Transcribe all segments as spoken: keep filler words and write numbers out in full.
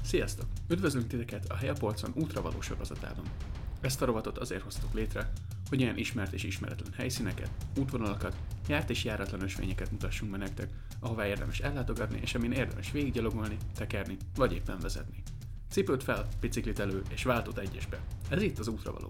Sziasztok! Üdvözlünk titeket a Hely a Polcon útravaló sorozatában. Ezt a rovatot azért hoztuk létre, hogy ilyen ismert és ismeretlen helyszíneket, útvonalakat, járt és járatlan ösvényeket mutassunk be nektek, ahová érdemes ellátogatni és amin érdemes végiggyalogolni, tekerni vagy éppen vezetni. Cipőt fel, biciklit elő és váltót egyesbe. Ez itt az útravaló.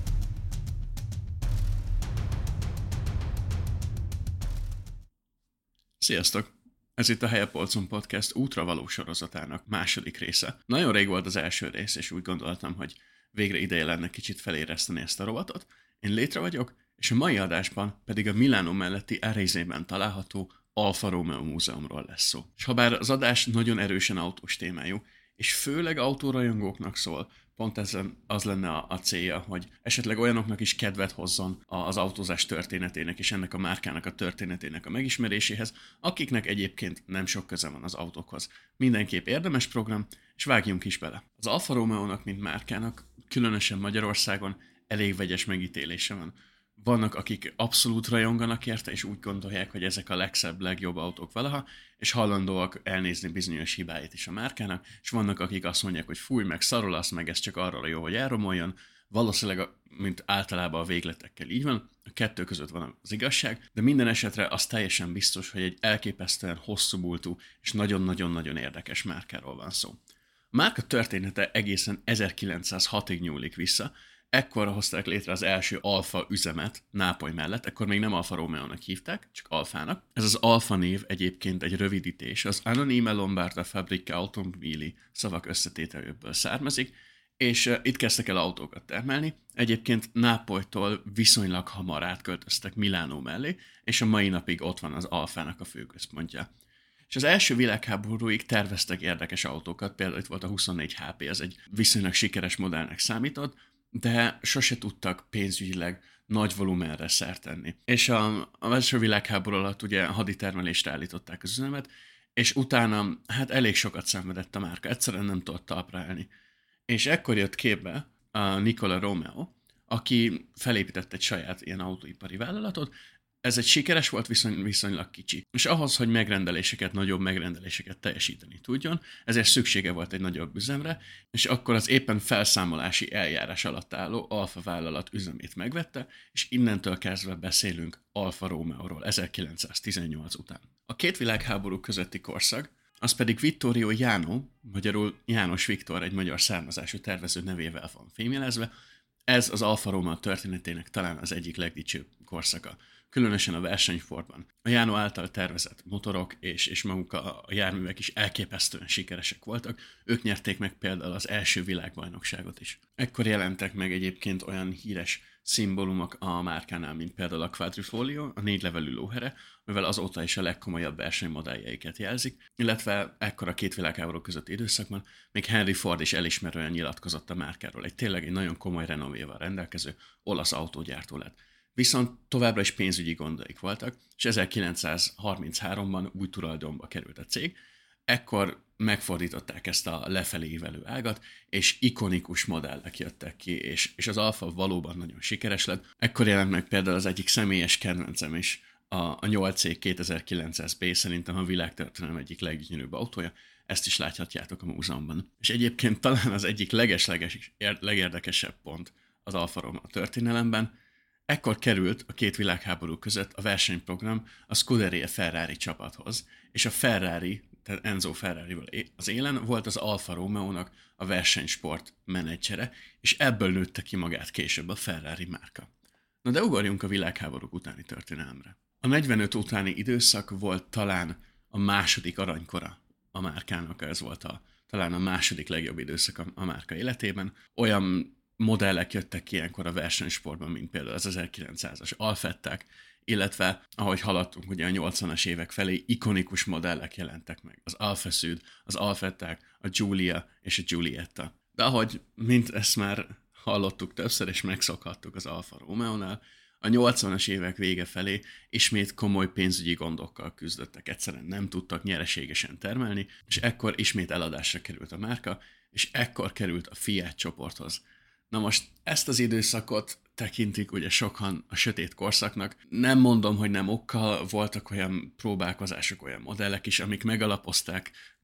Sziasztok! Ez itt a Hely a Polcon Podcast útravaló sorozatának második része. Nagyon rég volt az első rész, és úgy gondoltam, hogy végre ideje lenne kicsit feléreszteni ezt a rovatot. Én Létre vagyok, és a mai adásban pedig a Milánó melletti Arézében található Alfa Romeo Múzeumról lesz szó. És habár az adás nagyon erősen autós témájú, és főleg autórajongóknak szól, pont ez az lenne a, a célja, hogy esetleg olyanoknak is kedvet hozzon az autózás történetének és ennek a márkának a történetének a megismeréséhez, akiknek egyébként nem sok köze van az autókhoz. Mindenképp érdemes program, és vágjunk is bele. Az Alfa Romeo-nak, mint márkának, különösen Magyarországon elég vegyes megítélése van. Vannak, akik abszolút rajonganak érte, és úgy gondolják, hogy ezek a legszebb, legjobb autók valaha, és hajlandóak elnézni bizonyos hibáit is a márkának, és vannak, akik azt mondják, hogy fúj, meg szarol az, meg ez csak arra jó, hogy elromoljon. Valószínűleg, mint általában a végletekkel így van, a kettő között van az igazság, de minden esetre az teljesen biztos, hogy egy elképesztően hosszú múltú és nagyon-nagyon-nagyon érdekes márkáról van szó. A márka története egészen ezerkilencszázhatig nyúlik vissza. Ekkorra hozták létre az első Alfa üzemet Nápoly mellett, ekkor még nem Alfa Romeo-nak hívták, csak Alfának. Ez az Alfa név egyébként egy rövidítés, az Anonime Lombarda Fabbrica Automobili szavak összetételéből származik, és uh, itt kezdtek el autókat termelni. Egyébként Nápolytól viszonylag hamar átköltöztek Milánó mellé, és a mai napig ott van az Alfának a főközpontja. És az első világháborúig terveztek érdekes autókat, például itt volt a huszonnégy há pé, ez egy viszonylag sikeres modellnek számított, de sose tudtak pénzügyileg nagy volumenre szert tenni. És a, a első világháború alatt ugye haditermelésre állították az üzemet, és utána hát elég sokat szenvedett a márka, egyszerűen nem tudott talpra állni. És ekkor jött képbe a Nicola Romeo, aki felépített egy saját ilyen autóipari vállalatot. Ez egy sikeres volt, viszony, viszonylag kicsi. És ahhoz, hogy megrendeléseket, nagyobb megrendeléseket teljesíteni tudjon, ezért szüksége volt egy nagyobb üzemre, és akkor az éppen felszámolási eljárás alatt álló Alfa vállalat üzemét megvette, és innentől kezdve beszélünk Alfa Romeóról ezerkilencszáztizennyolc után. A két világháború közötti korszak, az pedig Vittorio Jano, magyarul János Viktor egy magyar származású tervező nevével van fémjelezve. Ez az Alfa Romeo történetének talán az egyik legdicsőbb korszaka. Különösen a versenysportban. A Jano által tervezett motorok és, és maguk a, a járművek is elképesztően sikeresek voltak. Ők nyerték meg például az első világbajnokságot is. Ekkor jelentek meg egyébként olyan híres szimbólumok a márkánál, mint például a Quadrifoglio, a négy levelű lóhere, mivel azóta is a legkomolyabb versenymodelljeiket jelzik, illetve ekkor a két világháború közötti időszakban még Henry Ford is elismerően nyilatkozott a márkáról. Egy tényleg egy nagyon komoly renoméval rendelkező olasz autógyártó lett. Viszont továbbra is pénzügyi gondjaik voltak, és ezerkilencszázharmincháromban új tulajdonba került a cég. Ekkor megfordították ezt a lefelé ívelő ágat, és ikonikus modellek jöttek ki, és, és az Alfa valóban nagyon sikeres lett. Ekkor jelent meg például az egyik személyes kedvencem is, a, a nyolc E kétezer-kilencszáz B, szerintem a világtörténelem egyik leggyönyörűbb autója. Ezt is láthatjátok a múzeumban. És egyébként talán az egyik leges-leges, legérdekesebb pont az Alfa Romeo történelemben, ekkor került a két világháború között a versenyprogram a Scuderia Ferrari csapathoz, és a Ferrari, tehát Enzo Ferrarival az élen volt az Alfa Romeo-nak a versenysport menedzsere, és ebből nőtte ki magát később a Ferrari márka. Na de ugorjunk a világháborúk utáni történelemre. A negyvenöt utáni időszak volt talán a második aranykora a márkának, ez volt a, talán a második legjobb időszak a, a márka életében. Olyan modellek jöttek ki ilyenkor a versenysportban, mint például az ezerkilencszázas Alfetták, illetve ahogy haladtunk ugye a nyolcvanas évek felé, ikonikus modellek jelentek meg. Az Alfa Sud, az Alfetták, a Giulia és a Giulietta. De ahogy mint ezt már hallottuk többször és megszokhattuk az Alfa Romeo-nál, a nyolcvanas évek vége felé ismét komoly pénzügyi gondokkal küzdöttek, egyszerűen nem tudtak nyereségesen termelni, és ekkor ismét eladásra került a márka, és ekkor került a Fiat csoporthoz. Na most ezt az időszakot tekintik ugye sokan a sötét korszaknak. Nem mondom, hogy nem okkal, voltak olyan próbálkozások, olyan modellek is, amik megalapozták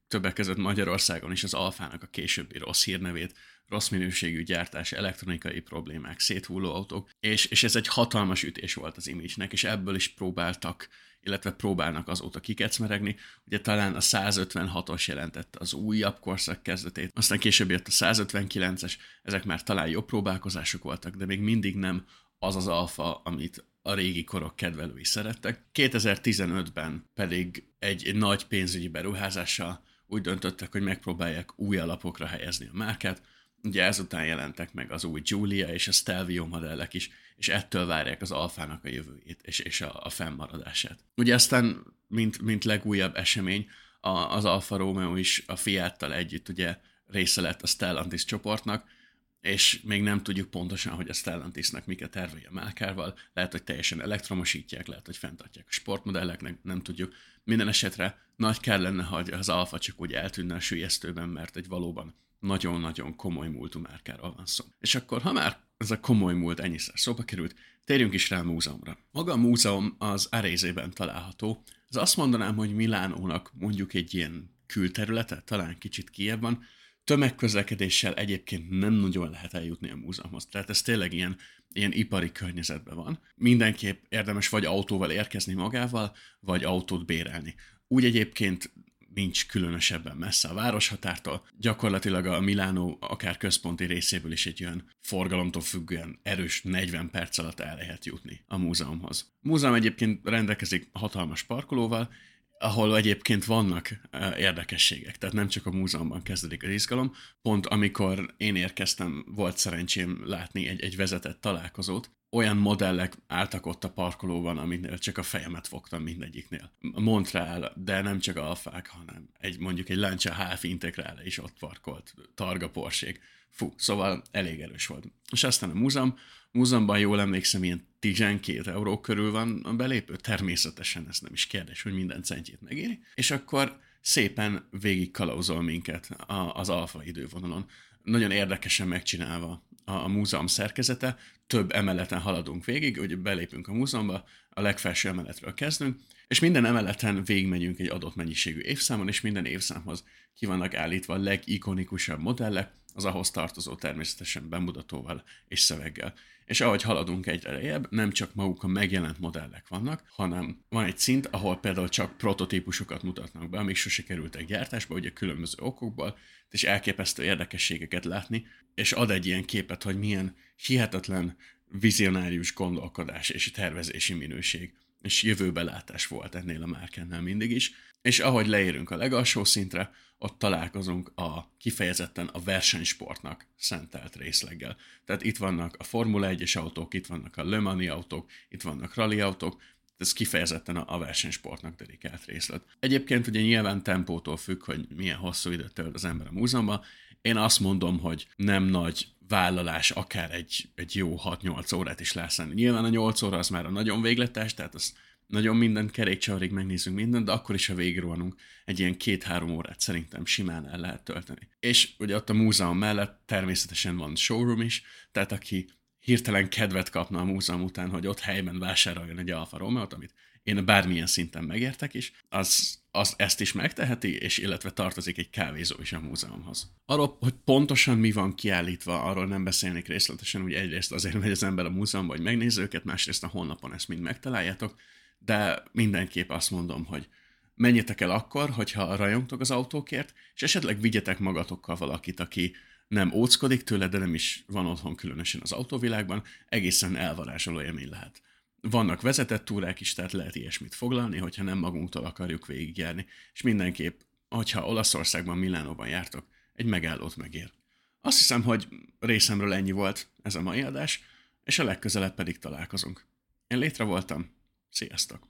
többek között Magyarországon is az Alfának a későbbi rossz hírnevét, rossz minőségű gyártás, elektronikai problémák, széthulló autók, és, és ez egy hatalmas ütés volt az image-nek, és ebből is próbáltak, illetve próbálnak azóta kikecmeregni. Ugye talán a százötvenhatos jelentette az újabb korszak kezdetét, aztán később jött a százötvenkilences, ezek már talán jobb próbálkozások voltak, de még mindig nem az az Alfa, amit a régi korok kedvelői szerettek. kétezer-tizenötben pedig egy, egy nagy pénzügyi beruházással úgy döntöttek, hogy megpróbálják új alapokra helyezni a márkát. Ugye ezután jelentek meg az új Giulia és a Stelvio modellek is, és ettől várják az Alfának a jövőjét és, és a, a fennmaradását. Ugye aztán, mint, mint legújabb esemény, a, az Alfa Romeo is a Fiattal együtt ugye része lett a Stellantis csoportnak, és még nem tudjuk pontosan, hogy a Stellantisnak mik a tervei a márkával. Lehet, hogy teljesen elektromosítják, lehet, hogy fenntartják a sportmodelleknek, nem tudjuk. Minden esetre nagy kár lenne, hogy az Alfa csak úgy eltűnne a sülyeztőben, mert egy valóban nagyon-nagyon komoly múltú márkáról van szó. És akkor, ha már ez a komoly múlt ennyiszer szóba került, térjünk is rá a múzeumra. Maga a múzeum az Arezében található. Ez azt mondanám, hogy Milánónak mondjuk egy ilyen külterülete, talán kicsit kijebb van. Tömegközlekedéssel egyébként nem nagyon lehet eljutni a múzeumhoz. Tehát ez tényleg ilyen, ilyen ipari környezetben van. Mindenképp érdemes vagy autóval érkezni magával, vagy autót bérelni. Úgy egyébként nincs különösebben messze a városhatártól. Gyakorlatilag a Milánó akár központi részéből is egy olyan forgalomtól függően erős negyven perc alatt el lehet jutni a múzeumhoz. A múzeum egyébként rendelkezik hatalmas parkolóval, ahol egyébként vannak uh, érdekességek, tehát nem csak a múzeumban kezdődik az izgalom. Pont amikor én érkeztem, volt szerencsém látni egy, egy vezetett találkozót. Olyan modellek álltak ott a parkolóban, aminél csak a fejemet fogtam mindegyiknél. Montreal, de nem csak Alfák, hanem egy, mondjuk egy Lancia há ef Integrale is ott parkolt, targa Porsche-k. Fú, szóval elég erős volt. És aztán a múzeum, múzeumban jól emlékszem, ilyen tizenkét euró körül van a belépő, természetesen ez nem is kérdés, hogy minden centjét megéri. És akkor szépen végig kalauzol minket az Alfa idővonalon. Nagyon érdekesen megcsinálva a, a múzeum szerkezete, több emeleten haladunk végig, hogy belépünk a múzeumba, a legfelső emeletről kezdünk, és minden emeleten végigmegyünk egy adott mennyiségű évszámon, és minden évszámhoz ki vannak állítva a legikonikusabb modellek, az ahhoz tartozó természetesen bemutatóval és szöveggel. És ahogy haladunk egyre lejjebb, nem csak maguk a megjelent modellek vannak, hanem van egy szint, ahol például csak prototípusokat mutatnak be, amik sose kerültek gyártásba, ugye különböző okokból, és elképesztő érdekességeket látni, és ad egy ilyen képet, hogy milyen hihetetlen vizionárius gondolkodás és tervezési minőség és jövőbelátás volt ennél a márkánál mindig is. És ahogy leérünk a legalsó szintre, ott találkozunk a kifejezetten a versenysportnak szentelt részleggel. Tehát itt vannak a Formula egyes autók, itt vannak a Le Mans-i autók, itt vannak rally autók, ez kifejezetten a versenysportnak dedikált részlet. Egyébként ugye nyilván tempótól függ, hogy milyen hosszú időt tölt az ember a múzeumban. Én azt mondom, hogy nem nagy vállalás, akár egy, egy jó hat-nyolc órát is lászni. Nyilván a nyolc óra az már a nagyon végletes, tehát az nagyon minden kerékcsavarig megnézzünk mindent, de akkor is, ha végigrohanunk, egy ilyen két-három órát szerintem simán el lehet tölteni. És ugye ott a múzeum mellett természetesen van showroom is, tehát aki hirtelen kedvet kapna a múzeum után, hogy ott helyben vásároljon egy Alfa Romeo-t, amit én bármilyen szinten megértek is, az, az ezt is megteheti, és illetve tartozik egy kávézó is a múzeumhoz. Arról, hogy pontosan mi van kiállítva, arról nem beszélnék részletesen, hogy egyrészt azért megy az ember a múzeumba, hogy megnézze őket, másrészt a honlapon ezt mind megtaláljátok, de mindenképp azt mondom, hogy menjetek el akkor, hogyha rajongtok az autókért, és esetleg vigyetek magatokkal valakit, aki nem óckodik tőle, de nem is van otthon különösen az autóvilágban, egészen elvarázsoló élmény lehet. Vannak vezetett túrák is, tehát lehet ilyesmit foglalni, hogyha nem magunktól akarjuk végigjárni, és mindenképp, hogyha Olaszországban, Milánóban jártok, egy megállót megér. Azt hiszem, hogy részemről ennyi volt ez a mai adás, és a legközelebb pedig találkozunk. Én Létre voltam, sziasztok!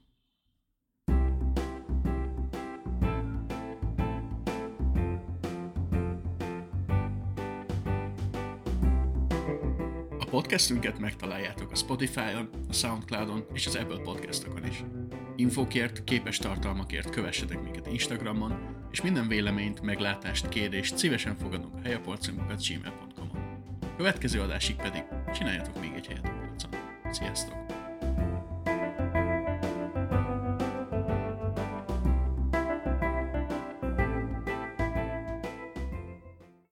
A podcastünket megtaláljátok a Spotify-on, a Soundcloud-on és az Apple Podcastokon is. Infókért, képes tartalmakért kövessetek minket Instagramon, és minden véleményt, meglátást, kérdést szívesen fogadunk a helyaporcunkat gmail pont com-on. Következő adásig pedig csináljatok még egy helyet a polcon. Sziasztok!